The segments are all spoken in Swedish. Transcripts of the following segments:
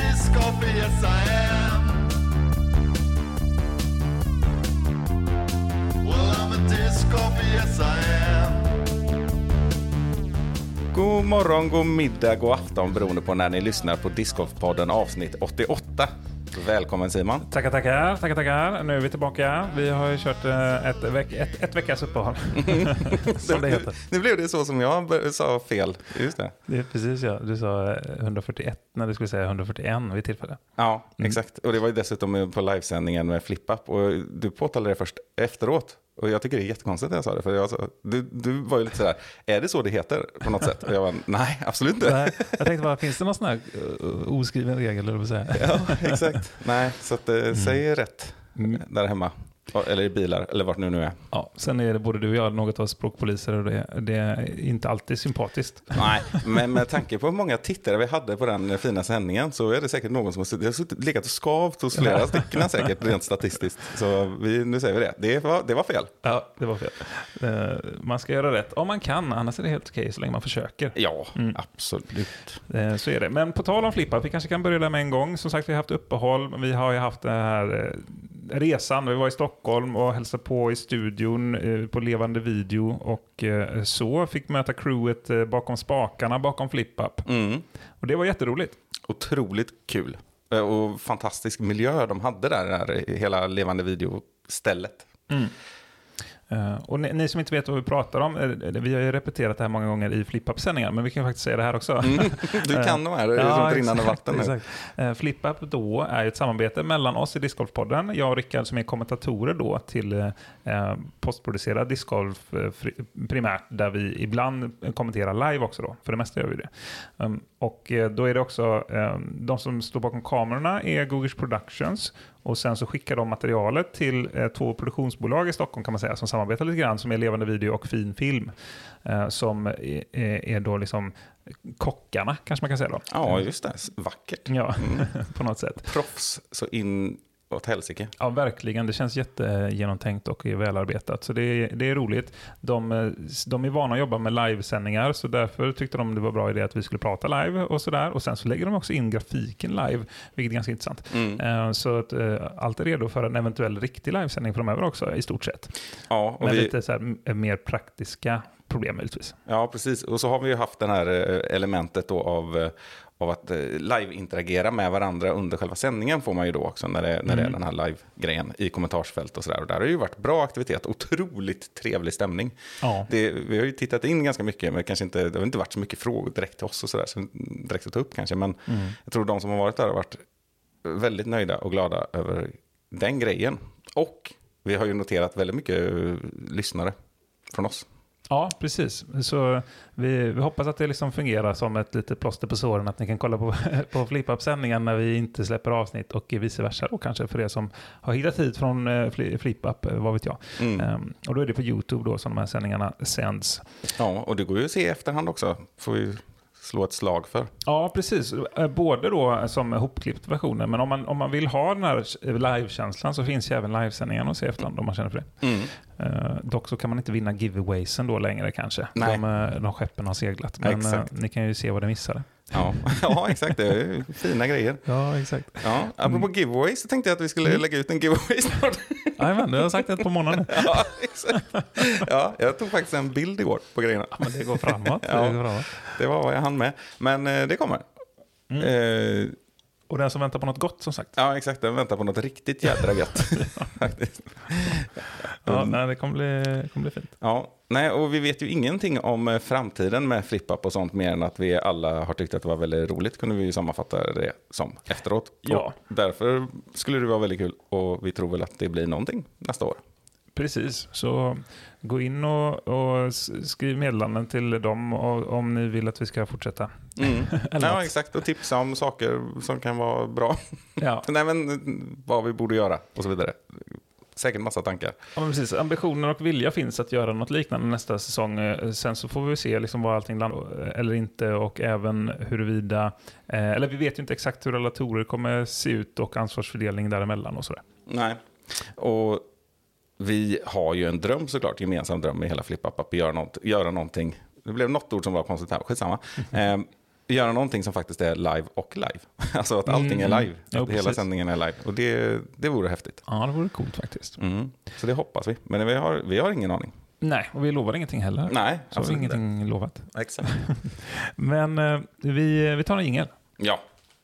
disc off, yes I am. Well, I'm a disc off, yes I am. God morgon, god middag, god afton beroende på när ni lyssnar på Discgolf-podden avsnitt 88. Välkommen Simon. Tackar. Nu är vi tillbaka. Vi har ju kört ett veckas uppehåll. Som det heter. Nu blev det så som jag sa fel. Just det. Det är precis, ja. Du sa 141 när du skulle säga 141 vid tillfälle. Ja, exakt. Och det var ju dessutom på livesändningen med FlipUp. Och du påtalade det först efteråt. Och jag tycker det är jättekonstigt att jag sa det. För jag sa, du var ju lite sådär, är det så det heter på något sätt? Och jag var, nej, absolut inte. Nej, jag tänkte bara, finns det någon sån här oskriven regel? Eller vad säga? Ja, exakt. Nej, så att säg rätt där hemma. Eller i bilar, eller vart nu är. Ja, sen är det både du och jag något av språkpoliser och det är inte alltid sympatiskt. Nej, men med tanke på hur många tittare vi hade på den fina sändningen så är det säkert någon som har legat och skavt hos flera stycken säkert rent statistiskt. Så nu säger vi det. Det var fel. Ja, det var fel. Man ska göra rätt om man kan, annars är det helt okej så länge man försöker. Ja, absolut. Så är det. Men på tal om FlipUp, vi kanske kan börja där med en gång. Som sagt, vi har haft uppehåll. Vi har ju haft det här resan. Vi var i Stockholm och hälsade på i studion på levande video och så fick möta crewet bakom spakarna, bakom FlipUp. Och det var jätteroligt. Otroligt kul. Och fantastisk miljö de hade där hela levande video-stället. Och ni som inte vet vad vi pratar om, vi har ju repeterat det här många gånger i FlipUp-sändningar, men vi kan faktiskt säga det här också. Du kan de här, det är som rinnande vatten nu. FlipUp då är ett samarbete mellan oss i Discgolf-podden, jag och Rickard som är kommentatorer då till postproducerad Discgolf primärt, där vi ibland kommenterar live också då, för det mesta gör vi det. Och då är det också, de som står bakom kamerorna är Googers Productions, och sen så skickar de materialet till 2 produktionsbolag i Stockholm kan man säga, som samarbetar lite grann, som är levande video och fin film, som är då liksom kockarna kanske man kan säga då. Ja, just det. Vackert. Ja, på något sätt. Proffs så in åt helsike. Ja, verkligen. Det känns jättegenomtänkt och välarbetat. Så det är roligt. De är vana att jobba med livesändningar, så därför tyckte de det var bra idé att vi skulle prata live och sådär. Och sen så lägger de också in grafiken live, vilket är ganska intressant. Så att allt är redo för en eventuell riktig livesändning framöver också, i stort sett. Ja, och men lite så här mer praktiska problem möjligtvis. Ja, precis. Och så har vi ju haft det här elementet då av att live-interagera med varandra under själva sändningen får man ju då också när det är den här live-grejen i kommentarsfält och sådär. Och där har ju varit bra aktivitet, otroligt trevlig stämning. Ja. Vi har ju tittat in ganska mycket, men kanske inte, det har inte varit så mycket frågor direkt till oss och sådär, så direkt att ta upp kanske. Men jag tror de som har varit där har varit väldigt nöjda och glada över den grejen. Och vi har ju noterat väldigt mycket lyssnare från oss. Ja, precis. Så vi hoppas att det liksom fungerar som ett litet plåster på såren, att ni kan kolla på FlipUp-sändningen när vi inte släpper avsnitt, och vice versa då kanske för er som har hittat hit från FlipUp, vad vet jag. Och då är det på YouTube då som de här sändningarna sänds. Ja, och det går ju att se i efterhand också. Får vi slå ett slag för. Ja, precis. Både då som hopklippt versioner, men om man vill ha den här livekänslan så finns ju även livesändningen att se efterhand om man känner för det. Dock så kan man inte vinna giveawaysen då längre kanske. De skeppen har seglat. Men ni kan ju se vad det missade. Ja, exakt. Det är fina grejer. Ja, exakt. Ja, apropå giveaways så tänkte jag att vi skulle lägga ut en giveaway snart. Jajamän, du har sagt det på månaden. Ja, exakt. Ja, jag tog faktiskt en bild igår på grejerna. Ja, men det går framåt. Det var vad jag hann med. Men det kommer. Och den som väntar på något gott, som sagt. Ja, exakt. Den väntar på något riktigt jädra gött. Nej, det kommer bli fint. Ja, nej, och vi vet ju ingenting om framtiden med FlipUp och sånt, mer än att vi alla har tyckt att det var väldigt roligt, kunde vi ju sammanfatta det som efteråt. Ja. Och därför skulle det vara väldigt kul, och vi tror väl att det blir någonting nästa år. Precis, så gå in och skriv meddelanden till dem om ni vill att vi ska fortsätta. Ja, exakt, och tipsa om saker som kan vara bra. Ja. Nej, men vad vi borde göra och så vidare. Säkert massa tankar. Ja, men precis. Ambitioner och vilja finns att göra något liknande nästa säsong. Sen så får vi se liksom vad allting landar eller inte, och även huruvida, eller vi vet ju inte exakt hur relatorer kommer se ut och ansvarsfördelning däremellan och sådär. Nej, och vi har ju en dröm såklart, gemensam dröm i hela FlipUp, att göra någonting. Det blev något ord som var konstigt här, skitsamma. göra någonting som faktiskt är live och live. Alltså att allting är live. Ja, att hela sändningen är live. Och det vore häftigt. Ja, det vore coolt faktiskt. Så det hoppas vi. Men vi har ingen aning. Nej, och vi lovar ingenting heller. Nej, så har vi ingenting lovat. Exakt. Men vi tar en jingel. Ja.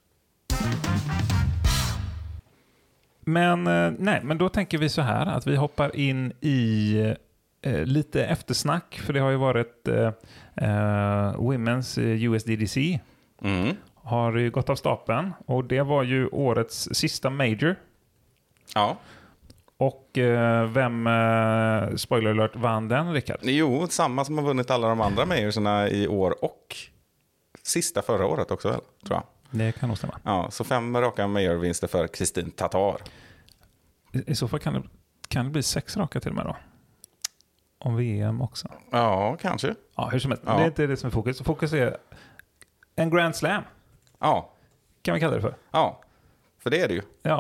Men då tänker vi så här att vi hoppar in i lite eftersnack, för det har ju varit Women's USDDC har ju gått av stapeln, och det var ju årets sista major. Ja. Och vem, spoiler alert, vann den, Rickard? Jo, samma som har vunnit alla de andra majorserna i år och sista förra året också, tror jag. Det kan nog stämma. Ja, så 5 raka majorvinster för Kristin Tatar. I så fall kan det bli 6 raka till och med då. Om VM också. Ja, kanske. Ja, hur som helst. Ja. Det är inte det som är fokus. Fokus är en Grand Slam. Ja. Kan vi kalla det för. Ja, för det är det ju. Ja.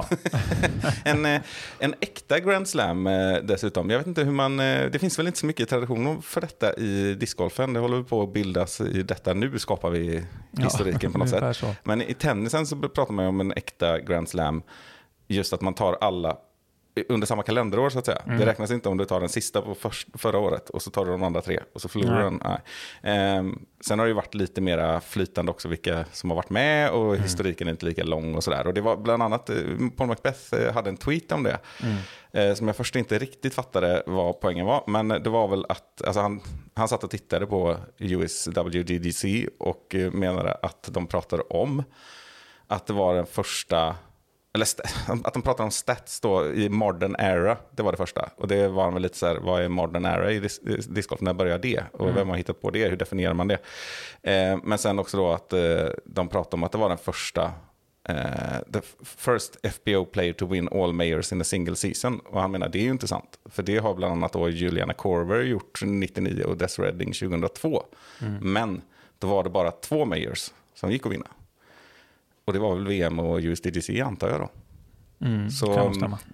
en äkta Grand Slam dessutom. Jag vet inte hur man... Det finns väl inte så mycket tradition för detta i discgolfen. Det håller på att bildas i detta nu, skapar vi historiken på något sätt. Så. Men i tennisen så pratar man ju om en äkta Grand Slam. Just att man tar alla under samma kalenderår så att säga. Det räknas inte om du tar den sista på förra året och så tar du de andra 3 och så förlorar den. Nej. Sen har det ju varit lite mera flytande också vilka som har varit med, och historiken är inte lika lång och sådär. Och det var bland annat, Paul McBeth hade en tweet om det som jag först inte riktigt fattade vad poängen var. Men det var väl att alltså han satt och tittade på USWGDC och menade att de pratade om att det var den första... Eller att de pratar om stats då i modern era, det var det första. Och det var väl lite så här, vad är modern era i discgolf, när börjar det? Och vem har hittat på det? Hur definierar man det? Men sen också då att de pratar om att det var den första, the first FPO player to win all majors in a single season. Och han menar, det är ju inte sant. För det har bland annat då Juliana Korver gjort 99 och Des Redding 2002. Men då var det bara 2 majors som gick att vinna. Och det var väl VM och USDGC antar jag då. Så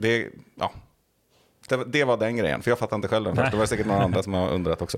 det var den grejen. För jag fattar inte själv den först. Det var säkert några andra som har undrat också.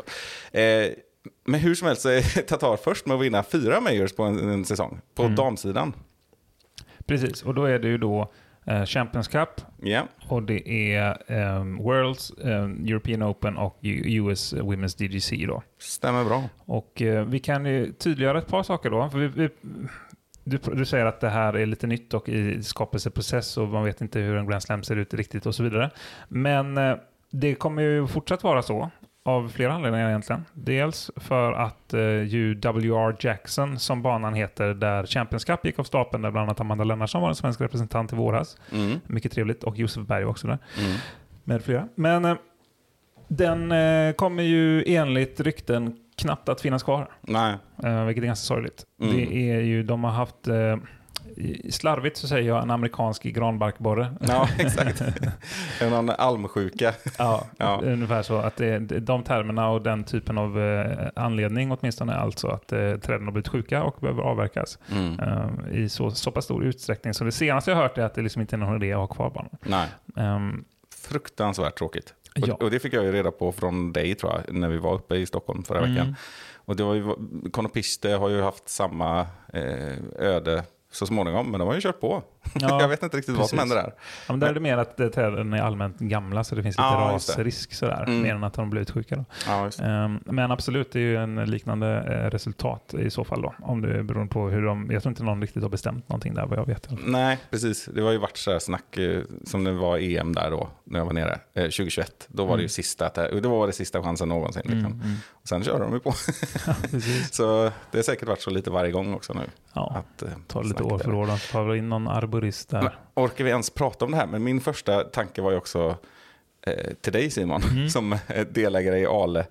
Men hur som helst så är Tatar först med att vinna 4 majors på en säsong. På damsidan. Precis, och då är det ju då Champions Cup. Yeah. Och det är Worlds, European Open och US Women's DGC då. Stämmer bra. Och vi kan ju tydliggöra ett par saker då. För du säger att det här är lite nytt och i skapelseprocess och man vet inte hur en Grand Slam ser ut riktigt och så vidare. Men det kommer ju fortsatt vara så av flera anledningar egentligen. Dels för att W.R. Jackson, som banan heter, där Champions Cup gick av stapeln, där bland annat Amanda Lennartsson var en svensk representant i våras. Mycket trevligt. Och Josef Berg också där. Med flera. Men den kommer ju enligt rykten knappt att finnas kvar. Nej. Vilket är ganska sorgligt. Det är ju, de har haft slarvigt så säger jag en amerikansk granbarkborre. Ja, exakt. Någon almsjuka. Ja, ungefär så. Att de termerna och den typen av anledning åtminstone är alltså att träden har blivit sjuka och behöver avverkas i så pass stor utsträckning. Så det senaste jag hört är att det liksom inte är någon idé att ha kvar banan. Nej. Fruktansvärt tråkigt. Och det fick jag ju reda på från dig tror jag, när vi var uppe i Stockholm förra veckan. Och det var ju, Conor Piste har ju haft samma öde så småningom, men de har ju kört på. Ja, jag vet inte riktigt vad som händer där. Ja, men där är det mer att träden är allmänt gamla så det finns lite rasrisk sådär, mer än att de har blivit sjuka då. Ja, men absolut, det är ju en liknande resultat i så fall då, om det beror på hur jag tror inte någon riktigt har bestämt någonting där vad jag vet. Nej, precis. Det var ju varit så här snack som det var EM där då, när jag var nere 2021. Då var det ju det var det sista chansen någonsin. Liksom. Och sen kör de ju på. Ja, så det har säkert varit så lite varje gång också nu. Ja, ta lite år för år. Tar väl in någon arborist där. Men orkar vi ens prata om det här? Men min första tanke var ju också till dig Simon, som delägare i Ale.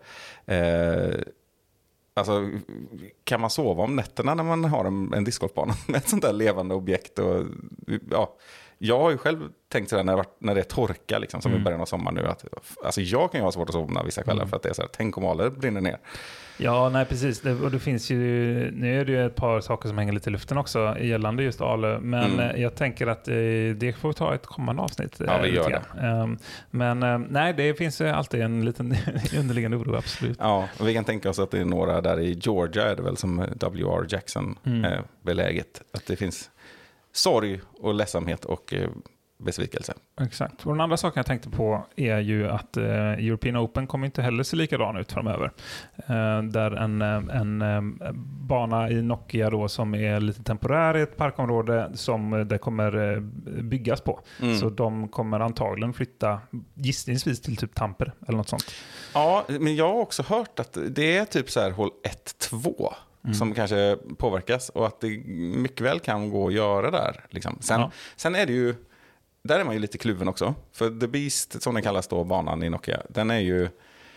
Alltså, kan man sova om nätterna när man har en discgolfbana med ett sånt där levande objekt? Och, jag har ju själv tänkt sådär när det är torka liksom, som i början av sommaren nu, att alltså jag kan ju ha svårt att somna vissa kvällar för att det är så här, tänk om Alö brinner ner. Ja, nej precis. Och det finns ju, nu är det ju ett par saker som hänger lite i luften också gällande just Alö, men jag tänker att det får vi ta ett kommande avsnitt. Ja, vi gör det. Men nej, det finns alltid en liten underliggande oro, absolut. Ja, och vi kan tänka oss att det är några där i Georgia är det väl som W.R. Jackson beläget. Att det finns sorg och ledsamhet och besvikelse. Exakt. Och den andra saken jag tänkte på är ju att European Open kommer inte heller se likadan ut framöver. Där en bana i Nokia då som är lite temporär i ett parkområde som det kommer byggas på. Så de kommer antagligen flytta gissningsvis till typ Tampere eller något sånt. Ja, men jag har också hört att det är typ så här hål 1-2 som kanske påverkas och att det mycket väl kan gå att göra där. Liksom. Sen är det ju, där är man ju lite kluven också. För The Beast, som den kallas då, banan i Nokia, den är ju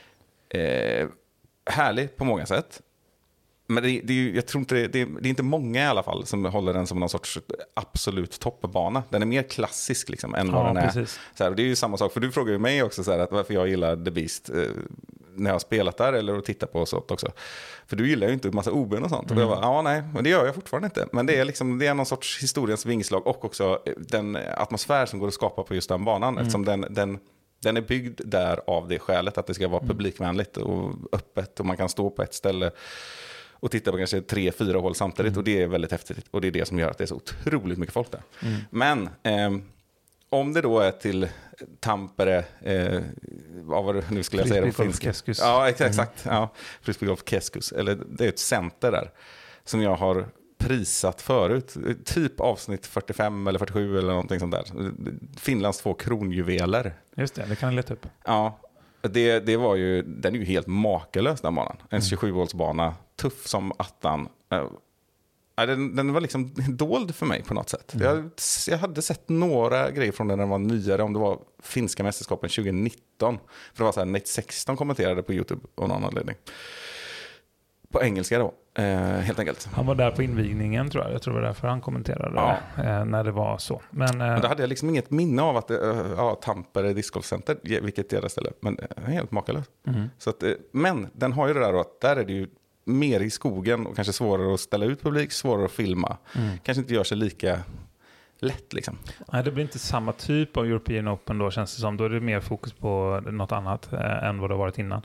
härlig på många sätt. Men jag tror inte det är inte många i alla fall som håller den som någon sorts absolut toppbana. Den är mer klassisk liksom, än vad den är. Så här, det är ju samma sak, för du frågar ju mig också så här, att varför jag gillar The Beast när jag har spelat där eller att titta på sånt också. För du gillar ju inte en massa OBn och sånt. Och jag bara, nej, men det gör jag fortfarande inte. Men det är liksom, det är någon sorts historiens vingslag och också den atmosfär som går att skapa på just den banan. Eftersom den är byggd där av det skälet att det ska vara publikvänligt och öppet och man kan stå på ett ställe och titta på kanske 3-4 hål samtidigt och det är väldigt häftigt och det är det som gör att det är så otroligt mycket folk där. Men om det då är till Tampere, vad var det nu skulle jag säga det på finska? Keskus. Ja, exakt. Ja, Frisbee Golf Keskus. Eller det är ett center där som jag har prisat förut. Typ avsnitt 45 eller 47 eller någonting sånt där. Finlands 2 kronjuveler. Just det kan jag leta upp. Ja, det var ju, den är ju helt makalös den banan. En 27-voltsbana, tuff som attan. Den var liksom dold för mig på något sätt. Jag hade sett några grejer från den när den var nyare, om det var finska mästerskapen 2019. För det var så här, Nate 16 kommenterade på YouTube av någon anledning. På engelska då, helt enkelt. Han var där på invigningen tror jag. Jag tror det var därför han kommenterade när det var så. Men då hade jag liksom inget minne av att Tampere discgolfcenter, vilket är det ställe. Men helt makalöst. Så att, men den har ju det där då, att där är det ju mer i skogen och kanske svårare att ställa ut publik, svårare att filma. Kanske inte gör sig lika lätt liksom. Nej, det blir inte samma typ av European Open då, känns det som. Då är det mer fokus på något annat än vad det har varit innan.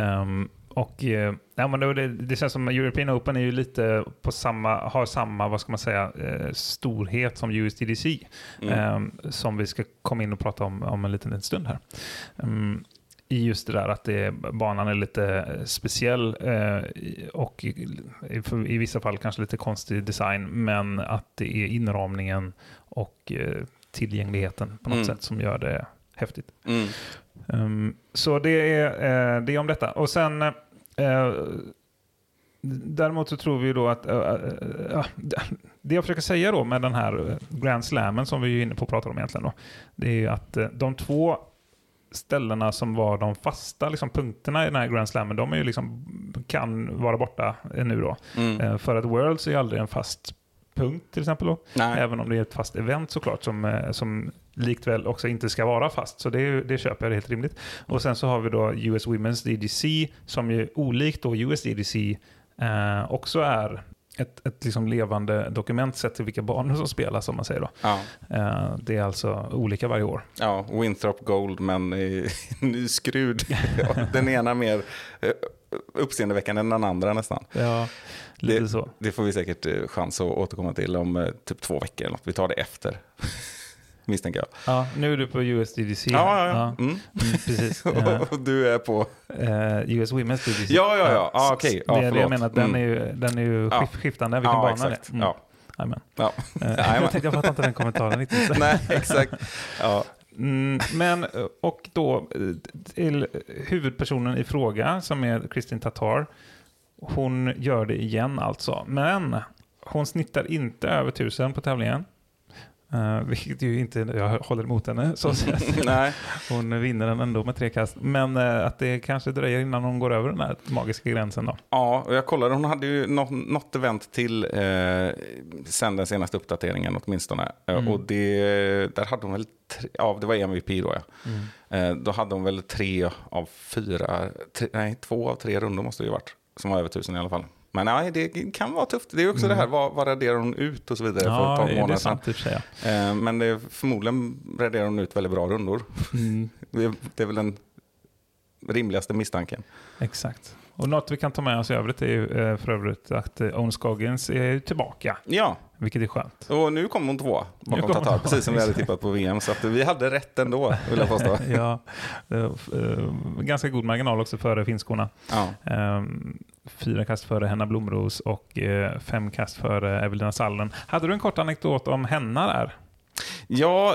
Men det känns som European Open är ju lite på har samma, vad ska man säga, storhet som USDGC. Som vi ska komma in och prata om en liten stund här. I just det där att banan är lite speciell och i vissa fall kanske lite konstig design, men att det är inramningen och tillgängligheten på något sätt som gör det häftigt. Så det är om detta. Och sen däremot så tror vi då att det jag försöker säga då med den här Grand Slammen som vi är inne på och pratar om egentligen då, det är ju att de två ställena som var de fasta liksom, punkterna i den här Grand Slammen, de är ju liksom, kan vara borta nu då. För att Worlds är aldrig en fast punkt till exempel då. Nej. Även om det är ett fast event såklart som likväl också inte ska vara fast. Så det köper jag, det är helt rimligt. Och sen så har vi då US Women's DGC som ju olikt då US DGC också är ett liksom levande dokument sett till vilka banor som spelas, som man säger då. Ja. Det är alltså olika varje år. Ja, Winthrop Gold, men nyskrud. Den ena mer uppseendeväckande än den andra nästan. Ja, lite så. Det får vi säkert chans att återkomma till om typ 2 veckor eller något. Vi tar det efter. Misstänker jag. Ja, nu är du på USDGC. Ja. Precis. Och du är på US Women's DGC. Ja, okej. Det är det jag menar, att den är ju skiftande. Vilken bana exakt. det är. Amen. Jag tänkte, jag fattar inte den kommentaren riktigt. Nej, exakt. Ja. Men, och då till huvudpersonen i fråga som är Kristin Tattar. Hon gör det igen alltså. Men hon snittar inte över 1000 på tävlingen. Vilket ju inte jag håller emot henne så att säga. Nej. Hon vinner den ändå med 3 kast. Men att det kanske dröjer innan hon går över den här magiska gränsen då. Ja, och jag kollade, hon hade ju något event till sen den senaste uppdateringen åtminstone. Och där hade hon väl det var MVP då då hade hon väl 2 av 3 rundor måste det ju varit, som var över 1000 i alla fall. Men nej, det kan vara tufft. Det är också det här, vad raderar hon ut och så vidare för ett par månader sedan. Men förmodligen raderar hon ut väldigt bra rundor. Det är väl den rimligaste misstanken. Exakt. Och något vi kan ta med oss i övrigt är ju för övrigt att Ohn Scoggins är tillbaka. Ja. Vilket är skönt. Och nu kom hon 2 bakom Tatar, precis som vi hade tippat på VM. Så att vi hade rätt ändå, vill jag påstå. Ja, ganska god marginal också före finskorna. Ja. 4 kast före Henna Blomros och 5 kast före Evelina Sallen. Hade du en kort anekdot om Henna där? Ja,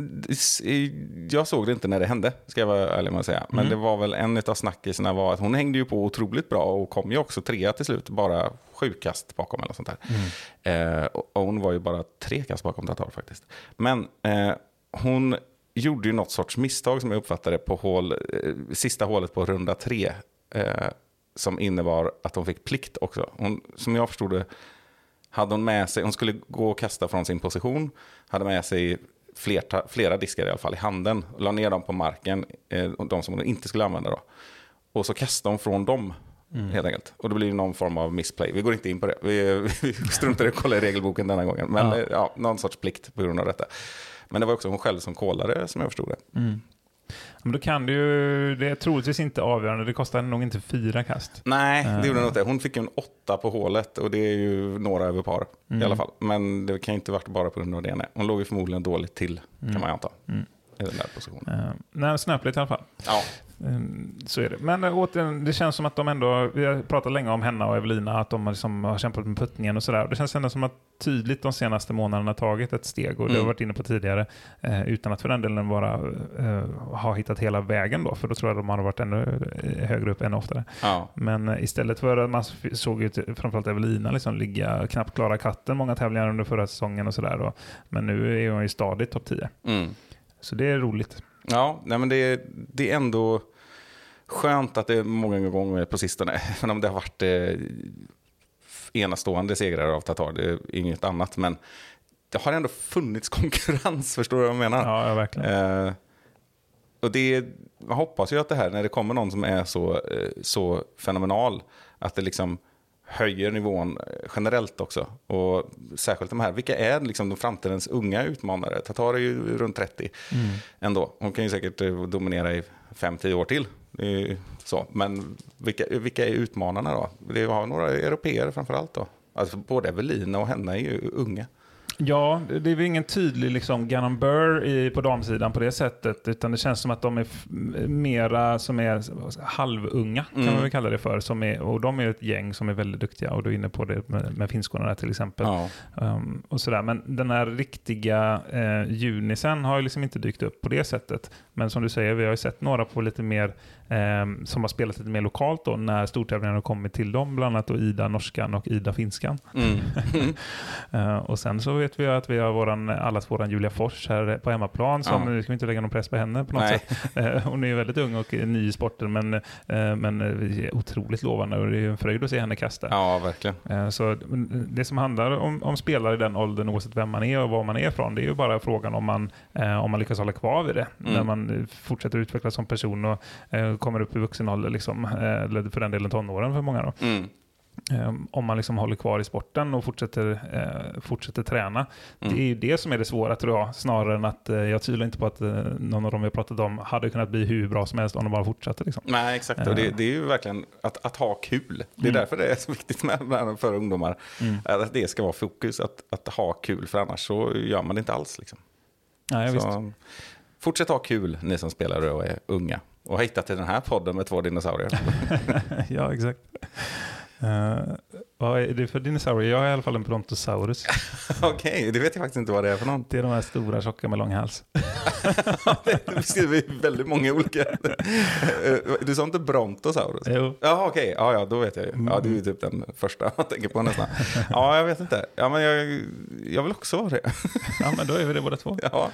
jag såg det inte när det hände, ska jag vara ärlig med att säga. Men det var väl en av snackisarna var att hon hängde ju på otroligt bra och kom ju också 3 till slut, bara 7 kast bakom eller sånt där. Och hon var ju bara 3 kast bakom Tatar faktiskt. Men hon gjorde ju något sorts misstag som jag uppfattade på sista hålet på runda 3 som innebar att hon fick plikt också. Som jag förstod det, hade hon med sig, hon skulle gå och kasta från sin position, hade med sig flera diskar i alla fall i handen, la ner dem på marken, de som hon inte skulle använda då. Och så kastade hon från dem helt enkelt. Och det blir någon form av missplay. Vi går inte in på det. Vi struntar i att kolla i regelboken denna gången. Men någon sorts plikt på grund av detta. Men det var också hon själv som kollade, som jag förstod det. Men då kan det är troligtvis inte avgörande. Det kostar nog inte 4 kast. Nej, det gjorde nog inte. Hon fick ju en 8 på hålet och det är ju några över par i alla fall. Men det kan inte varit bara på grund av det. Nej. Hon låg ju förmodligen dåligt till, kan man anta. I den där positionen. Nej, snöpligt i alla fall. Ja. Så är det. Men återigen, det känns som att de ändå, vi har pratat länge om Henna och Evelina, att de liksom har kämpat med puttningen och sådär. Det känns ändå som att tydligt de senaste månaderna tagit ett steg, och det har varit inne på tidigare, utan att för den delen ha hittat hela vägen då, för då tror jag de har varit ännu högre upp ännu oftare. Ja. Men istället för att man såg ju framförallt Evelina liksom ligga knappt klara katten många tävlingar under förra säsongen och sådär, men nu är hon ju stadigt topp 10. Så det är roligt. Ja, nej, men det är ändå skönt att det är många gånger på sistone. Även om det har varit enastående segrar av Tatar, det är inget annat. Men det har ändå funnits konkurrens, förstår du vad jag menar? Ja, verkligen. Och man hoppas ju att det här, när det kommer någon som är så fenomenal, att det liksom höjer nivån generellt också. Och särskilt de här, vilka är liksom de framtidens unga utmanare? Tatar är ju runt 30 ändå. Hon kan ju säkert dominera i 5-10 år till. Så. Men vilka är utmanarna då? Det har några europeer framförallt då. Alltså både Evelina och Henna är ju unga. Ja, det är väl ingen tydlig liksom Gannon Burr på damsidan på det sättet, utan det känns som att de är mera som är halvunga, kan man väl kalla det för, och de är ett gäng som är väldigt duktiga, och du är inne på det med finskorna där till exempel. Ja. Och sådär. Men den här riktiga junisen har ju liksom inte dykt upp på det sättet, men som du säger, vi har ju sett några på lite mer som har spelat lite mer lokalt då, när stortävlingarna har kommit till dem, bland annat då Ida norskan och Ida finskan. Och sen så vet vi att vi har allas våran Julia Fors här på hemmaplan, som nu ska vi inte lägga någon press på henne på något sätt. Hon är ju väldigt ung och ny i sporten, men är otroligt lovande, och det är ju en fröjd att se henne kasta. Ja, verkligen. Så det som handlar om spelare i den åldern, oavsett vem man är och var man är från, det är ju bara frågan om man lyckas hålla kvar vid det, när man fortsätter utvecklas som person och kommer upp i vuxenålder liksom, eller för den delen tonåren för många då. Om man liksom håller kvar i sporten och fortsätter träna. Det är ju det som är det svåra, tror jag, snarare än att jag tvivlar inte på att någon av dem vi har pratat om hade kunnat bli hur bra som helst om de bara fortsatte. Liksom. Nej, exakt. Och det är ju verkligen att ha kul. Det är därför det är så viktigt för ungdomar. Att det ska vara fokus, att ha kul, för annars så gör man det inte alls. Liksom. Nej, visst. Fortsätt ha kul, ni som spelar och är unga. Och har hittat till den här podden med 2 dinosaurier. Ja, exakt. Vad är det för dinosaurier? Jag har i alla fall en Brontosaurus. Okej, det vet jag faktiskt inte vad det är för någon. Det är de här stora tjocka med lång hals. Det beskriver väldigt många olika. Du sa inte Brontosaurus? Jo. Ja, okej. Ja, då vet jag ju. Ja, det är ju typ den första man tänker på nästan. Ja, jag vet inte. Ja, men jag vill också vara det. Ja, men då är vi det båda två. Ja.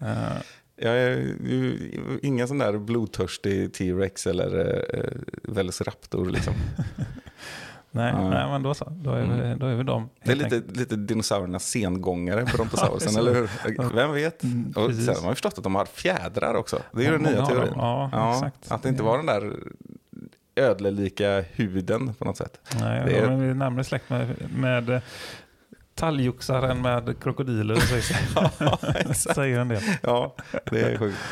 Jag är ju ingen sån där blodtörstig T-Rex eller Velociraptor liksom. Nej, men då så. Då är vi dem. Det är lite dinosauriernas sengångare, Brontosaurusen, eller hur? Vem vet? Och sen har man förstått att de har fjädrar också. Det är ju den nya teorin. Ja, exakt. Att det inte var den där ödlelika huden på något sätt. Nej, de är närmare släkt med talgoxar än med krokodiler. Ja, exakt. Säger en del. Ja, det är sjukt.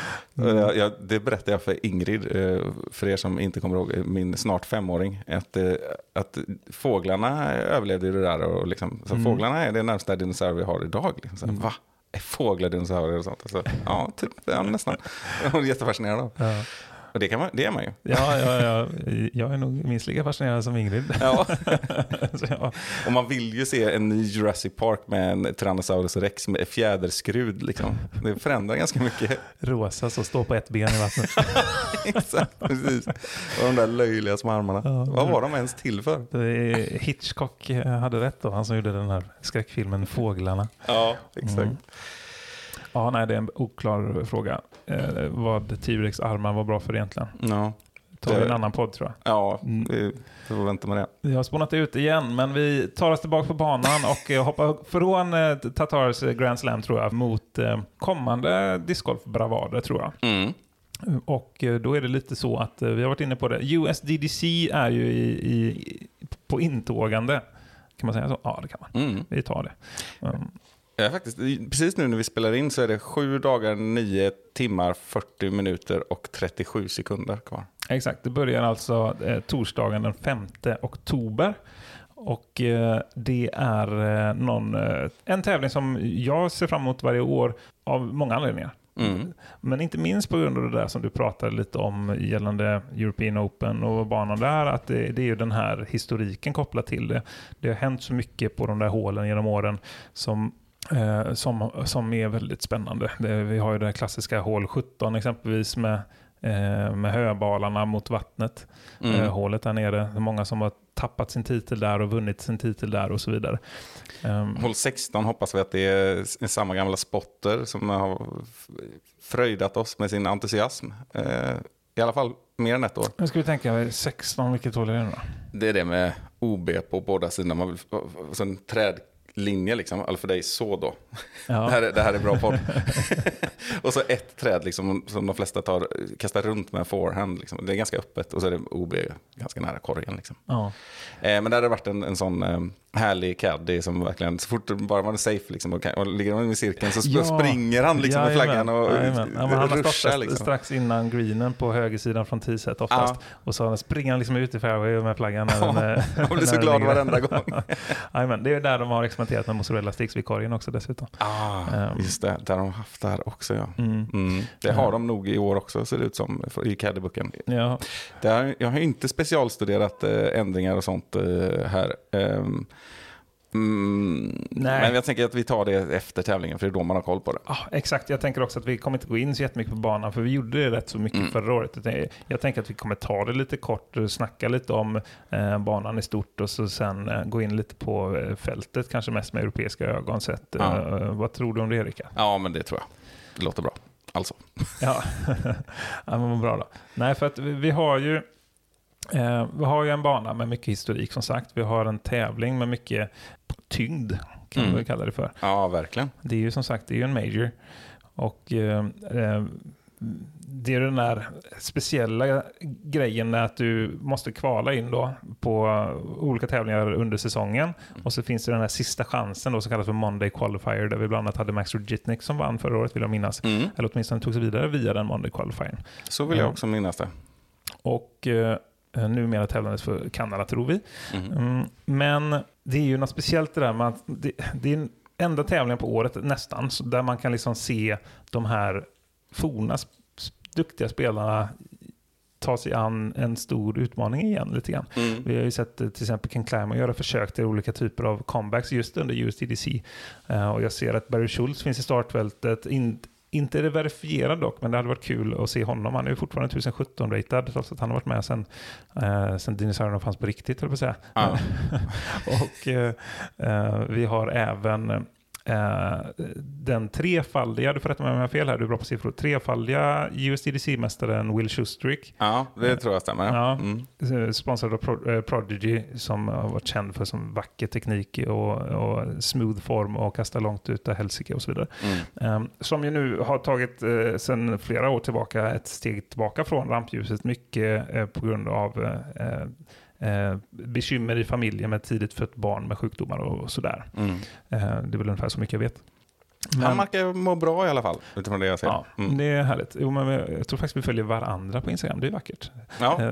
Det berättade jag för Ingrid, för er som inte kommer ihåg, min snart 5-åring, att fåglarna överlevde ju det där. Och liksom, så fåglarna är det närmsta dinosaurier vi har idag. Liksom. Så, va? Är fåglar dinosaurier och sånt? Alltså, ja, typ, nästan. Jag är jättefascinerad av. Ja. Och det är man ju. Ja, jag är nog minst lika fascinerad som Ingrid. Ja. Så, ja. Och man vill ju se en ny Jurassic Park med en Tyrannosaurus Rex med fjäderskrud. Liksom. Det förändrar ganska mycket. Rosa så står på ett ben i vattnet. Exakt, precis. Och de där löjliga små armarna. Ja. Vad var de ens till för? Hitchcock hade rätt då, han som gjorde den här skräckfilmen Fåglarna. Ja, exakt. Ja, nej, det är en oklar fråga. Vad T-Rex armar var bra för egentligen. Ja. Tar vi en annan podd tror jag. Ja, vi får vänta med det. Vi har spånat ut igen, men vi tar oss tillbaka på banan och hoppar från Tatars Grand Slam tror jag mot kommande discgolf-bravader tror jag. Mm. Och då är det lite så att vi har varit inne på det. USDDC är ju på intågande. Kan man säga så? Ja, det kan man. Mm. Vi tar det. Ja, faktiskt, precis nu när vi spelar in så är det 7 dagar, 9 timmar, 40 minuter och 37 sekunder kvar. Exakt, det börjar alltså torsdagen den 5 oktober. Och det är en tävling som jag ser fram emot varje år av många anledningar. Mm. Men inte minst på grund av det där som du pratade lite om gällande European Open och banan där, att det är ju den här historiken kopplat till det. Det har hänt så mycket på de där hålen genom åren som är väldigt spännande. Vi har ju det klassiska hål 17 exempelvis med höbalarna mot vattnet. Hålet där nere. Det är många som har tappat sin titel där och vunnit sin titel där och så vidare. Hål 16 hoppas vi att det är samma gamla spotter som har fröjdat oss med sin entusiasm. I alla fall mer än ett år. Nu ska vi tänka 16, vilket hål är det då? Det är det med OB på båda sidorna. Så en trädlinje liksom, eller för dig så då. Ja. Det här är bra podd. Och så ett träd liksom, som de flesta kastar runt med en forehand. Liksom. Det är ganska öppet och så är det OB ganska nära korgen. Liksom. Ja. Men där har det varit en sån härlig caddy som verkligen, så fort bara man är safe liksom, och ligger man i cirkeln så springer han liksom med flaggan och han ruschar. Han liksom. Strax innan greenen på högersidan från T-set oftast. Ja. Och så springer han liksom ut i fairway med flaggan. Han blir så glad varenda gång. Det är där de har experimenterat med mozzarella sticks vid korgen också dessutom. Just det, där de haft där också, ja. Det har de nog i år också, ser det ut som, i caddyboken. Ja. Jag har inte specialstuderat ändringar och sånt här. Men jag tänker att vi tar det efter tävlingen, för det är då man har koll på det. Exakt, jag tänker också att vi kommer inte gå in så jättemycket på banan, för vi gjorde det rätt så mycket förra året. Jag tänker att vi kommer ta det lite kort och snacka lite om banan i stort och så sen gå in lite på fältet, kanske mest med europeiska ögon sett. Vad tror du om det, Rickard? Ja, men det tror jag. Det låter bra. Alltså. Ja, men vad bra då. Nej, för att vi har ju en bana med mycket historik som sagt. Vi har en tävling med mycket tyngd kan man kalla det för. Ja, verkligen. Det är ju som sagt, det är ju en major. Och det är den där speciella grejen att du måste kvala in då på olika tävlingar under säsongen. Och så finns det den här sista chansen då som kallas för Monday Qualifier, där vi bland annat hade Max Rogitnik som vann förra året, vill jag minnas. Eller åtminstone tog sig vidare via den Monday Qualifier. Så vill jag också minnas det. Och numera tävlandet för Kanada tror vi. Men det är ju något speciellt det där med att det är en enda tävling på året nästan, så där man kan liksom se de här forna duktiga spelarna ta sig an en stor utmaning igen lite grann. Vi har ju sett till exempel Ken Clymer göra försök till olika typer av comebacks just under USDDC. Och jag ser att Barry Schultz finns i startfältet. Inte är det verifierat dock, men det hade varit kul att se honom. Han är ju fortfarande 1017-ratad, trots att han har varit med sen dinosaurierna fanns på riktigt, höll jag på att säga. Och vi har även den trefaldiga, du får rätta mig om jag har fel här, du är bra på siffror, trefaldiga USDDC-mästaren Will Schustrik. Ja, det tror jag stämmer. Ja, sponsrad av Prodigy, som har varit känd för som vacker teknik och smooth form och kasta långt ut av helsike och så vidare. Som ju nu har tagit sedan flera år tillbaka ett steg tillbaka från rampljuset, mycket på grund av bekymmer i familjen med tidigt fött barn med sjukdomar och sådär. Det är väl ungefär så mycket jag vet. Men han verkar må bra i alla fall, utifrån det jag ser. Ja, det är härligt. Jo, men jag tror faktiskt vi följer varandra på Instagram. Det är vackert. Ja.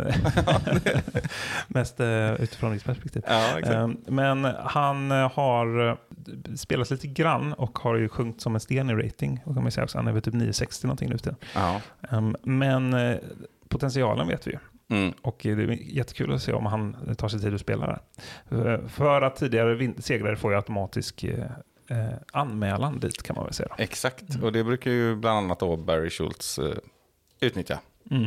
Mest utifrån ditt perspektiv. Ja, exakt. Men han har spelat lite grann och har ju sjungit som en sten i rating. Och kan man säga också, han är väl typ 960 någonting nu till. Ja. Men potentialen vet vi ju. Och det är jättekul att se om han tar sig tid att spela där. För att tidigare segrare får ju automatisk anmälan dit, kan man väl säga. Exakt, och det brukar ju bland annat då Barry Schultz utnyttja.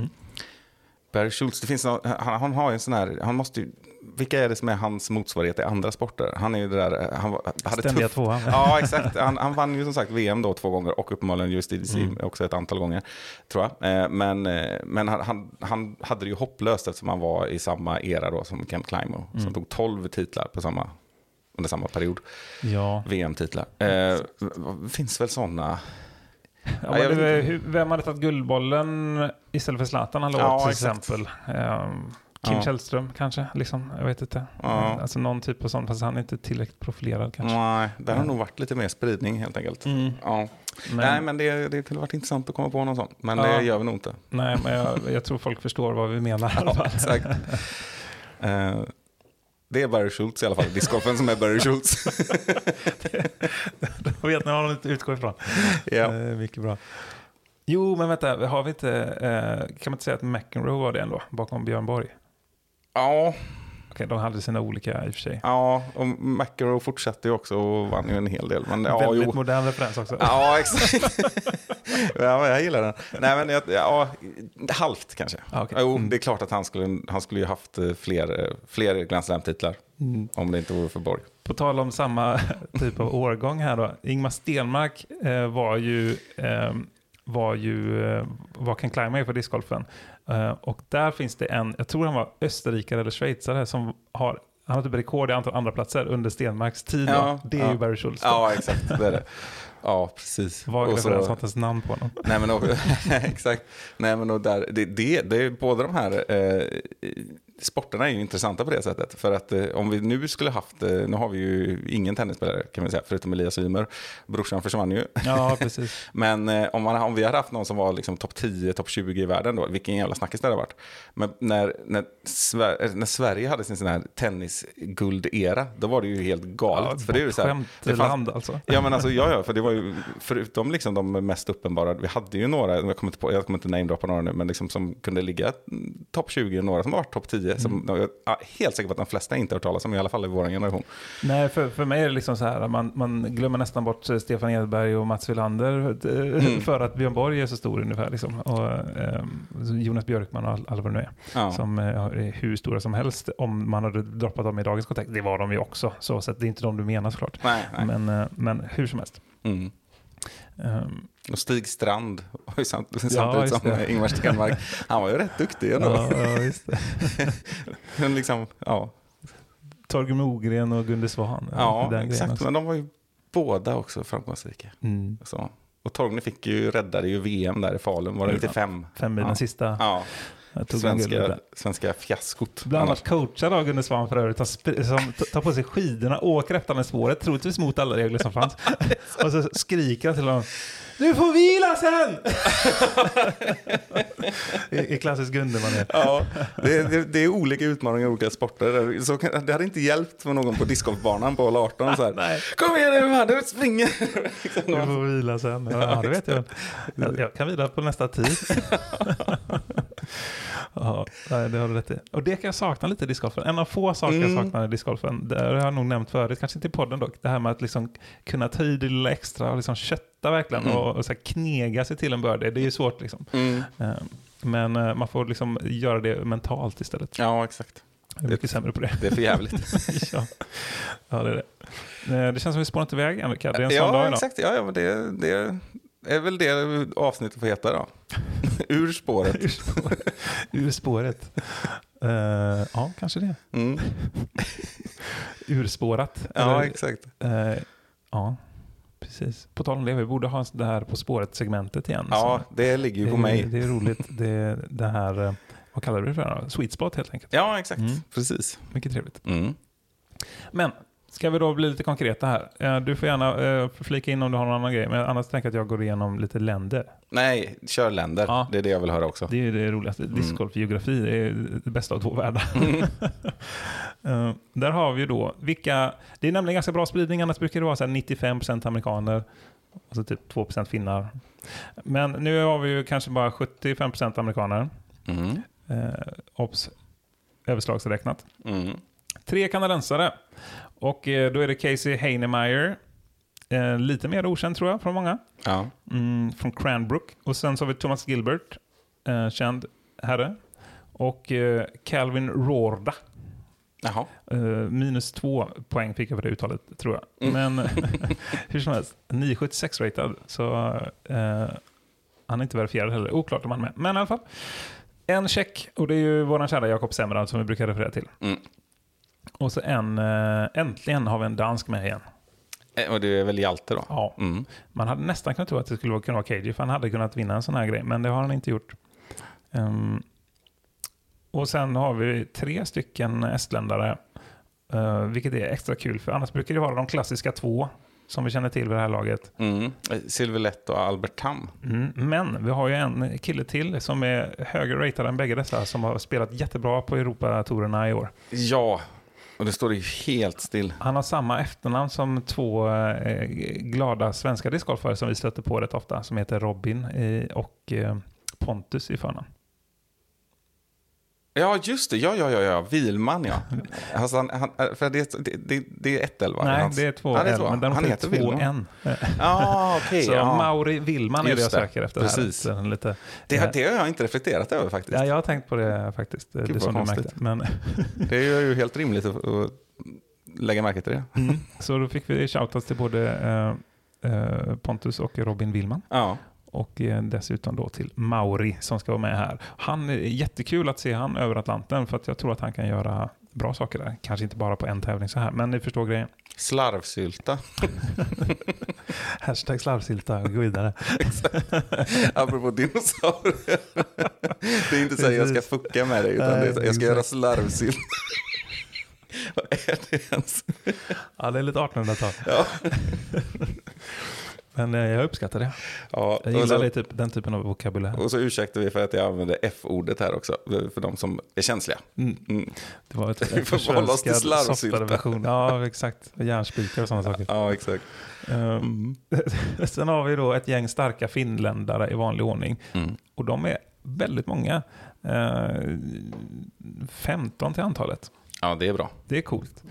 Barry Schultz, det finns han har ju en sån här, han måste ju, vilka är det som är hans motsvarighet i andra sporter? Han är ju det där, han hade ständiga tvåan. Ja, exakt. Han vann ju som sagt VM då 2 gånger och uppenbarligen USDDC också ett antal gånger, tror jag. Men han hade det ju hopplöst eftersom han var i samma era då som Ken Clymer, som tog 12 titlar under samma period. Ja. VM-titlar. Finns väl sådana. Ja, vem hade tagit guldbollen istället för Zlatan han låg till exempel? Kim Källström kanske, liksom, jag vet inte. Alltså någon typ av sånt, fast han är inte tillräckligt profilerad kanske. Nej, det har nog varit lite mer spridning helt enkelt. Nej, men det kunde varit intressant att komma på någon sån. Men det gör vi nog inte. Nej, men jag tror folk förstår vad vi menar. Ja, exakt. Det är Barry Schultz i alla fall. Discgolfen som är Barry Schultz. Då vet ni vad de inte utgår ifrån. Ja. Mycket bra. Jo, men vänta, har vi inte, kan man inte säga att McEnroe var det ändå, bakom Björn Borg? Ja. Okej, de hade sina olika i och för sig. Ja, och McEnroe fortsatte ju också och vann ju en hel del. Men, väldigt modern referens också. Ja, exakt. Ja, jag gillar den. Nej, men halvt kanske. Okay. Jo, det är klart att han skulle ju haft fler Grand Slam-titlar om det inte vore för Borg. På tal om samma typ av årgång här då. Ingmar Stenmark var Ken Clymer för discgolfen. Och där finns det jag tror han var österrikare eller schweizare som han har typ rekord i antal andra platser under Stenmarks tid. Ja, det är ju Barry Schultz. Ja, exakt. Det är det. Ja, precis. Vad är det som att namn på honom? Nej, men exakt. Nej, men där, det är båda de här sporterna är ju intressanta på det sättet. För att om vi nu skulle haft, nu har vi ju ingen tennisspelare kan vi säga, förutom Elias Ymer. Brorsan försvann ju. Ja, precis. Men om vi hade haft någon som var liksom topp 10, topp 20 i världen då, vilken jävla snackis det hade varit. Men när Sverige hade sin sån här tennisguld-era, då var det ju helt galet. Ja, för det är ju så här, skämtland alltså. Ja, men alltså, för det var ju, förutom liksom de mest uppenbara, vi hade ju några, jag kommer inte namedroppa några nu, men liksom som kunde ligga topp 20, några som har varit topp 10, som jag är helt säker på att de flesta inte har hört talas om, i alla fall i vår generation. Nej, för mig är det liksom så här, man glömmer nästan bort Stefan Edberg och Mats Wilander för att Björn Borg är så stor ungefär liksom. Och Jonas Björkman och alla vad det nu är. Som är hur stora som helst om man hade droppat dem i dagens kontext. Det var de ju också, så att det är inte de du menar såklart. Nej. Men hur som helst. Och Stig Strand samtidigt som Ingmar Stenmark. Han var ju rätt duktig ändå. Ja, just det. Men liksom, Torgny Mogren och Gunde Svan. Ja, exakt. Men de var ju båda också framgångsrika. Så. Och Torgny räddade ju VM där i Falun. Var det 95? 5 den sista. Ja. Svenska fiaskot. Bland annat coachad av Gunde Svan för övrigt som tar på sig skidorna och åker efter med spåret, troligtvis mot alla regler som fanns. Och så skriker han till honom: du får vila sen! I klassisk Gunde-manér. Ja, det är olika utmaningar i olika sporter. Så det hade inte hjälpt med någon på discgolfbanan på 18 så här. Nej. Kom igen nu, du springer. Du får vila sen. Ja, det vet jag. Jag kan vila på nästa tid. Ja, det har du rätt i. Och det kan jag sakna lite i discgolfen. En av få saker jag saknar i discgolfen, det har jag nog nämnt förut, kanske inte i podden dock, det här med att liksom kunna ta i det lilla extra och liksom kötta verkligen och så här knega sig till en birdie. Det är ju svårt liksom. Men man får liksom göra det mentalt istället. Ja, exakt. Jag är mycket sämre på det. Det är för jävligt. Ja, det är det. Det känns som vi spårar inte iväg, Annika. Det är en sån dag idag. Exakt. Ja, men det är väl det avsnittet får heta då. Ur spåret. Ur spåret. Ja, kanske det. Urspårat. Ja, exakt. Ja, precis. På tal om det, vi borde ha det här På spåret-segmentet igen. Ja, det ligger ju på mig. Det är roligt. Det här, vad kallar du det för? Sweet spot helt enkelt. Ja, exakt. Precis. Mycket trevligt. Men ska vi då bli lite konkreta här? Du får gärna flika in om du har någon annan grej. Men annars tänker jag att jag går igenom lite länder. Nej, kör länder. Ja. Det är det jag vill höra också. Det är det roligaste. Discgolf-geografi är det bästa av två världar. Där har vi ju då vilka... Det är nämligen ganska bra spridning. Annars brukar det vara så här 95% amerikaner. Och så typ 2% finnar. Men nu har vi ju kanske bara 75% amerikaner. Obs. Överslagsräknat. 3 kanadensare. Och då är det Casey Heinemeyer. Lite mer okänd tror jag från många. Ja. Från Cranbrook. Och sen så har vi Thomas Gilbert. Känd herre. Och Calvin Rorda. Jaha. -2 poäng fick jag för det uttalet tror jag. Men hur som helst. 976 ratad. Så han är inte verifierad heller. Oklart om han är med. Men i alla fall. En check. Och det är ju våran kära Jakob Semrad som vi brukar referera till. Och så äntligen har vi en dansk med igen. Och det är väl Hjalte då? Ja. Man hade nästan kunnat tro att det skulle kunna vara KJ, för han hade kunnat vinna en sån här grej, men det har han inte gjort. Och sen har vi 3 stycken estländare, vilket är extra kul, för annars brukar det vara de klassiska 2 som vi känner till vid det här laget. Silverlett och Albert Tam. Men vi har ju en kille till som är högre ratad än bägge dessa, som har spelat jättebra på Europatorerna i år. Ja, och det står ju helt still. Han har samma efternamn som 2 glada svenska discgolfare som vi stöter på rätt ofta, som heter Robin och Pontus i förnamn. Ja, just det. Ja. Wilman, ja. Alltså, för det är 1 L, va? Nej, det är 2 L, men den heter 2 N. Okej. Så Mauri Wilman är det jag söker efter. Precis. Här. Lite, det har jag inte reflekterat över faktiskt. Ja, jag har tänkt på det faktiskt. Gud, det som du märkte. Men det är ju helt rimligt att lägga märke till det. Så då fick vi shoutouts till både Pontus och Robin Wilman. Ja. Och dessutom då till Mauri som ska vara med här. Han är jättekul att se han över Atlanten, för att jag tror att han kan göra bra saker där. Kanske inte bara på en tävling så här, men ni förstår grejen. Slarvsylta. Hashtag slarvsylta, gå vidare. Apropå dinosaurier. Det är inte så att jag ska fucka med dig, utan jag ska göra slarvsylt. Vad är det ens? Ja, det är lite 1800-tal. Ja. Men jag uppskattar det. Ja, jag gillar den typen av vokabulär. Och så ursäktar vi för att jag använder F-ordet här också, för de som är känsliga. Det var ett försvenskad softare version. Ja, exakt. Järnspikar och sådana saker. Ja, exakt. Sen har vi då ett gäng starka finländare i vanlig ordning. Och de är väldigt många. 15 till antalet. Ja, det är bra. Det är coolt.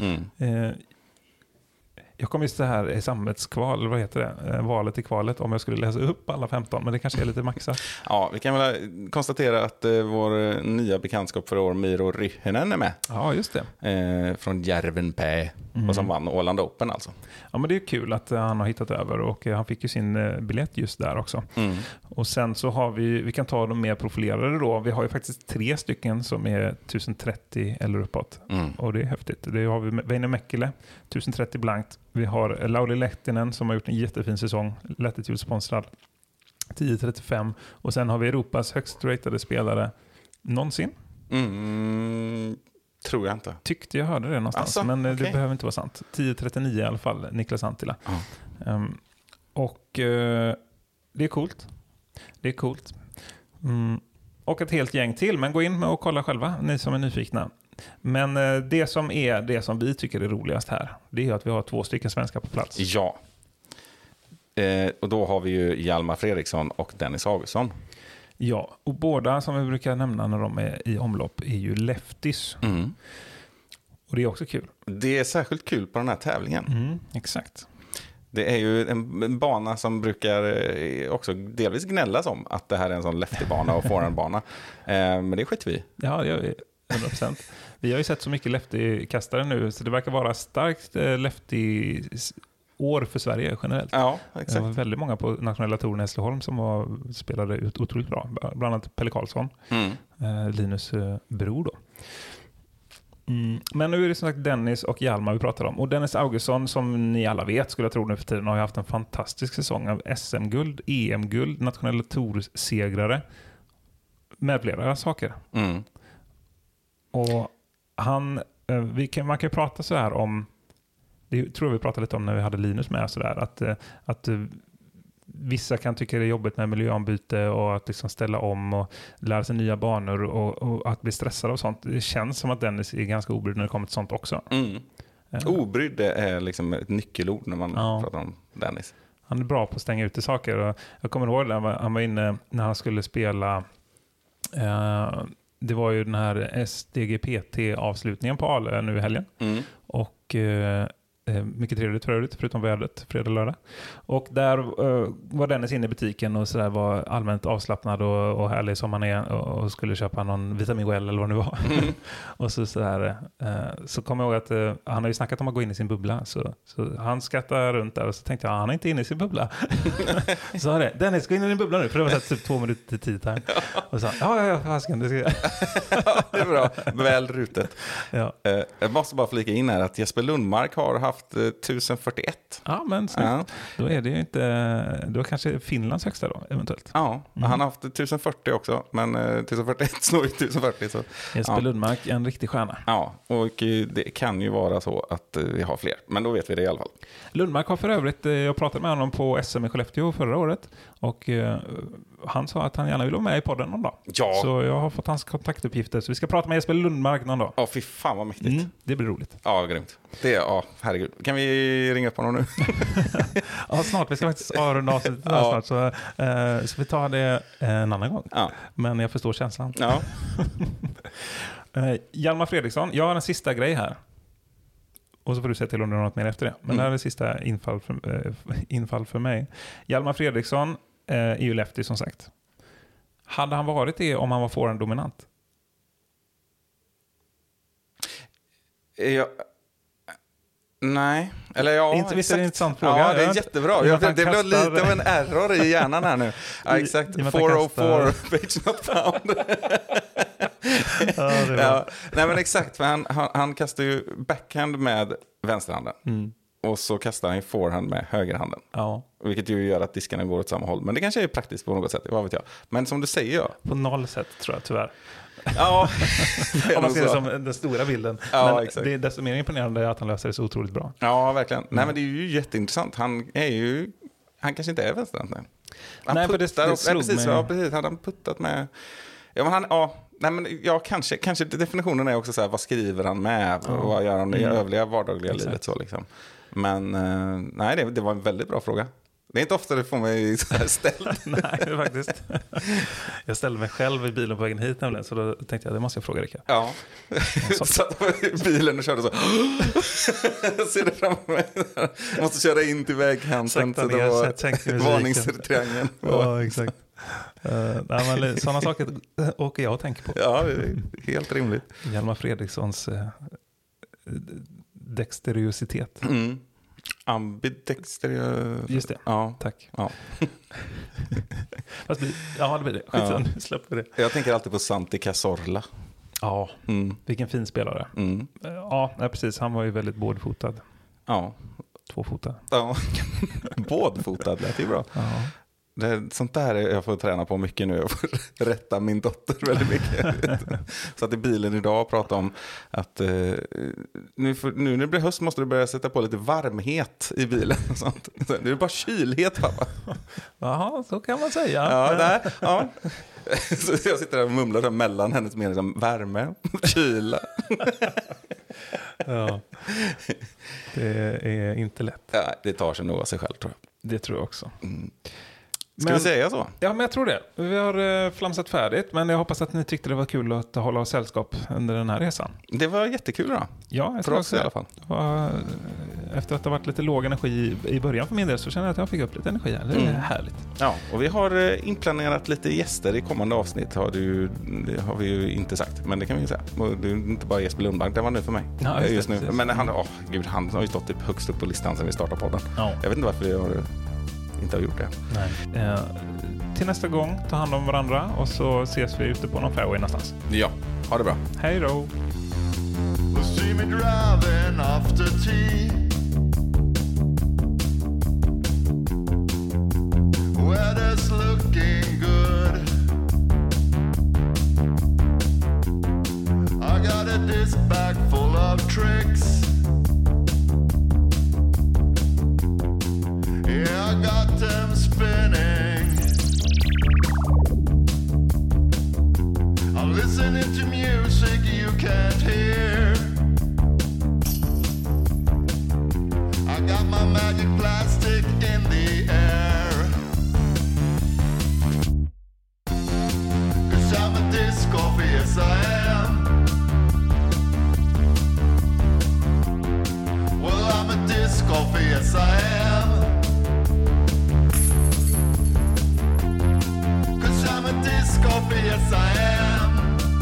Jag kommer just det här i sammetskval, vad heter det? Valet i kvalet, om jag skulle läsa upp alla 15, men det kanske är lite maxat. Ja, vi kan väl konstatera att vår nya bekantskap för år, Miro Ryhänen, är med. Ja, just det. Från Järvenpää, och som vann Åland Open alltså. Ja, men det är kul att han har hittat över, och han fick ju sin biljett just där också. Och sen så har vi kan ta de mer profilerade då. Vi har ju faktiskt 3 stycken som är 1030 eller uppåt. Och det är häftigt. Det har vi Väinö Mäkelä, 1030 blankt. Vi har Lauri Lehtinen som har gjort en jättefin säsong. Latitude-sponsrad. 1035. Och sen har vi Europas högst ratade spelare någonsin. Tror jag inte. Tyckte jag hörde det någonstans. Alltså, men okay. Det behöver inte vara sant. 1039 i alla fall, Niklas Anttila. Det är coolt. Det är coolt. Och ett helt gäng till. Men gå in och kolla själva, ni som är nyfikna. Men det som vi tycker är roligast här, det är att vi har 2 stycken svenskar på plats. Ja. Och då har vi ju Hjalmar Fredriksson och Dennis Augustsson. Ja, och båda som vi brukar nämna när de är i omlopp är ju lefties. Och det är också kul. Det är särskilt kul på den här tävlingen. Exakt. Det är ju en bana som brukar också delvis gnällas om att det här är en sån lefty-bana och forehandbana. Men det skiter vi. Ja, det är 100%. Vi har ju sett så mycket lefty-kastare nu, så det verkar vara starkt lefty-år för Sverige generellt. Ja, Det exakt. var väldigt många på nationella touren i Hässleholm som spelade ut otroligt bra. Bland annat Pelle Karlsson, Linus bror då. Men nu är det som sagt Dennis och Hjalmar vi pratar om. Och Dennis Augustsson, som ni alla vet skulle jag tro nu för tiden, har ju haft en fantastisk säsong av SM-guld, EM-guld, nationella toursegrare med flera saker. Och man kan ju prata så här om, det tror jag vi pratade lite om när vi hade Linus med, så där, att vissa kan tycka det är jobbigt med miljöombyte och att liksom ställa om och lära sig nya banor och att bli stressad av sånt. Det känns som att Dennis är ganska obrydd när det kommer till sånt också. Obrydd är liksom ett nyckelord när man pratar om Dennis. Han är bra på att stänga ute saker. Och jag kommer ihåg när han var inne när han skulle spela det var ju den här SDGPT-avslutningen på Ale nu i helgen. Och mycket trevligt för övrigt, förutom vädret, fredag och lördag. Och där var Dennis inne i butiken och sådär var allmänt avslappnad och härlig som han är och skulle köpa någon Vitamin Well eller vad det nu var. Och så kom jag ihåg att han har ju snackat om att gå in i sin bubbla. Så han skattade runt där och så tänkte jag, han är inte inne i sin bubbla. Så sa det, Dennis, gå in i din bubbla nu, för det var typ 2 minuter till tid här. Och så ja, fasken, det ska jag. Ja, det är bra. Väl rutet. Ja. Jag måste bara flika in här att Jesper Lundmark har haft 1041. Ja, men snyggt. Då är det ju inte, då kanske Finlands högsta då, eventuellt. Ja, han har haft 1040 också, men 1041 snor ju 1040. Så. Jesper Lundmark, en riktig stjärna. Ja, och det kan ju vara så att vi har fler, men då vet vi det i alla fall. Lundmark har för övrigt, jag pratade med honom på SM i Skellefteå förra året och han sa att han gärna vill vara med i podden någon dag. Ja. Så jag har fått hans kontaktuppgifter, så vi ska prata med Jesper Lundmark någon dag. Ja, fy fan vad mäktigt. Det blir roligt. Ja, grymt. Herregud. Kan vi ringa upp honom nu? Ja, snart. Vi ska faktiskt avrunda avsnittet snart, så vi tar det en annan gång. Ja. Men jag förstår känslan. Ja. Hjalmar Fredriksson, jag har en sista grej här. Och så får du säga till om du har något mer efter det. Men det här är det sista infall för mig. Hjalmar Fredriksson är ju lefty som sagt. Hade han varit det om han var forehand dominant? Nej, eller ja, Visst är det en intressant fråga? Ja, det är jättebra. Det blev lite av en error i hjärnan här nu. Ja, exakt. 404, page not found. Ja, nej, men exakt. För han kastar ju backhand med vänsterhanden. Och så kastar han ju forehand med högerhanden. Ja. Vilket ju gör att diskarna går åt samma håll. Men det kanske är praktiskt på något sätt, vad vet jag. Men som du säger, ja. På 0 sätt tror jag tyvärr. Ja, om man ser det som den stora bilden. Ja, men exakt. det är desto mer imponerande att han löser det så otroligt bra. Ja, verkligen. Nej, men det är ju jätteintressant. Han kanske inte är vänsterhand. Nej, för det slog precis, mig. ja, precis. Hade han puttat med... Kanske definitionen är också så här, vad skriver han med och vad gör han i övriga vardagliga livet så liksom. Men nej, det var en väldigt bra fråga. Det är inte ofta du får mig så här ställd. Nej, faktiskt. Jag ställde mig själv i bilen på vägen hit nämligen, så då tänkte jag, det måste jag fråga Rickard. Ja, satt i bilen och körde så. Jag ser det framför mig. Jag måste köra in till vägkanten. Sakta ner, varningstriangeln. Ja, exakt. Sådana saker åker jag och tänker på. Ja, det är helt rimligt. Hjalmar Fredrikssons dexteriositet. Ambidexteriös. Just det, ja. Tack. Ja. Fast det blir det. Skitsan, nu släpper det. Jag tänker alltid på Santi Cazorla. Ja, vilken fin spelare. Ja, precis. Han var ju väldigt bådfotad. Ja. Tvåfotad. Ja. Bådfotad, det är bra. Ja. Sånt där jag får träna på mycket nu. Jag får rätta min dotter väldigt mycket. Så att i bilen idag prata om att nu när det blir höst måste du börja sätta på lite varmhet i bilen. Och sånt. Det är bara kylhet, pappa. Jaha, så kan man säga. Ja. Så jag sitter där och mumlar där mellan hennes mening som värme, kyla. Ja. Det är inte lätt. Ja, det tar sig nog av sig själv, tror jag. Det tror jag också. Ska vi säga så? Ja, men jag tror det. Vi har flamsat färdigt, men jag hoppas att ni tyckte det var kul att hålla oss sällskap under den här resan. Det var jättekul då. Ja, jag för oss i alla fall. Efter att det har varit lite låg energi i början för min del så känner jag att jag fick upp lite energi här. Det är härligt. Ja, och vi har inplanerat lite gäster i kommande avsnitt. Det har vi ju inte sagt, men det kan vi ju säga. Det är inte bara Jesper Lundbank, det var nu för mig. Ja, just nu. Men han har ju stått typ högst upp på listan sedan vi startade podden. Ja. Jag vet inte varför vi inte har gjort det. Nej. Till nästa gång, ta hand om varandra och så ses vi ute på någon fairway någonstans. Ja, ha det bra. Hej då! See me driving after tea. Weather's looking good. I got a disc bag full of tricks. Yeah, I got them spinning. I'm listening to music you can't hear. I got my magic plastic in the air. 'Cause I'm a disc golfer, yes I am. Well, I'm a disc golfer, yes I am. 'Cause I'm a disc golfer, yes I am.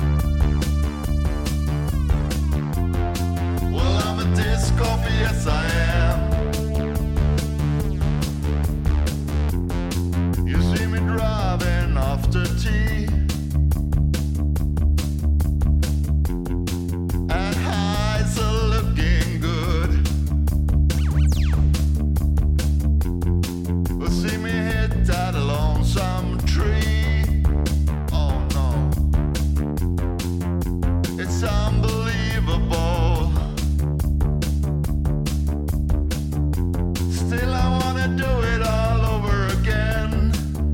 Well, I'm a disc golfer, yes I am. You see me driving after tea. And highs are looking good. Well, see me hit that lonesome tree. Oh no, it's unbelievable. Still I wanna do it all over again.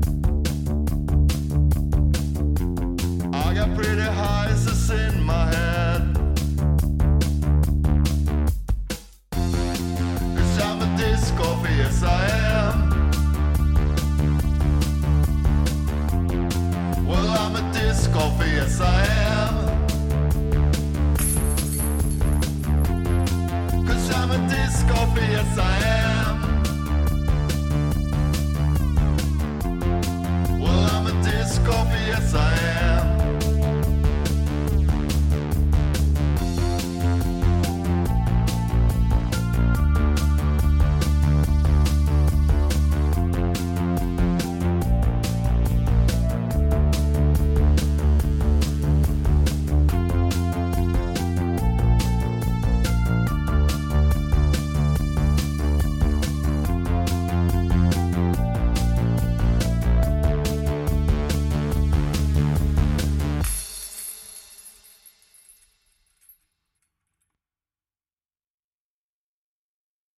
I got pretty highs that's in my head. 'Cause I'm a disc golfer, yes I am. Well, I'm a disc golfer, yes I am.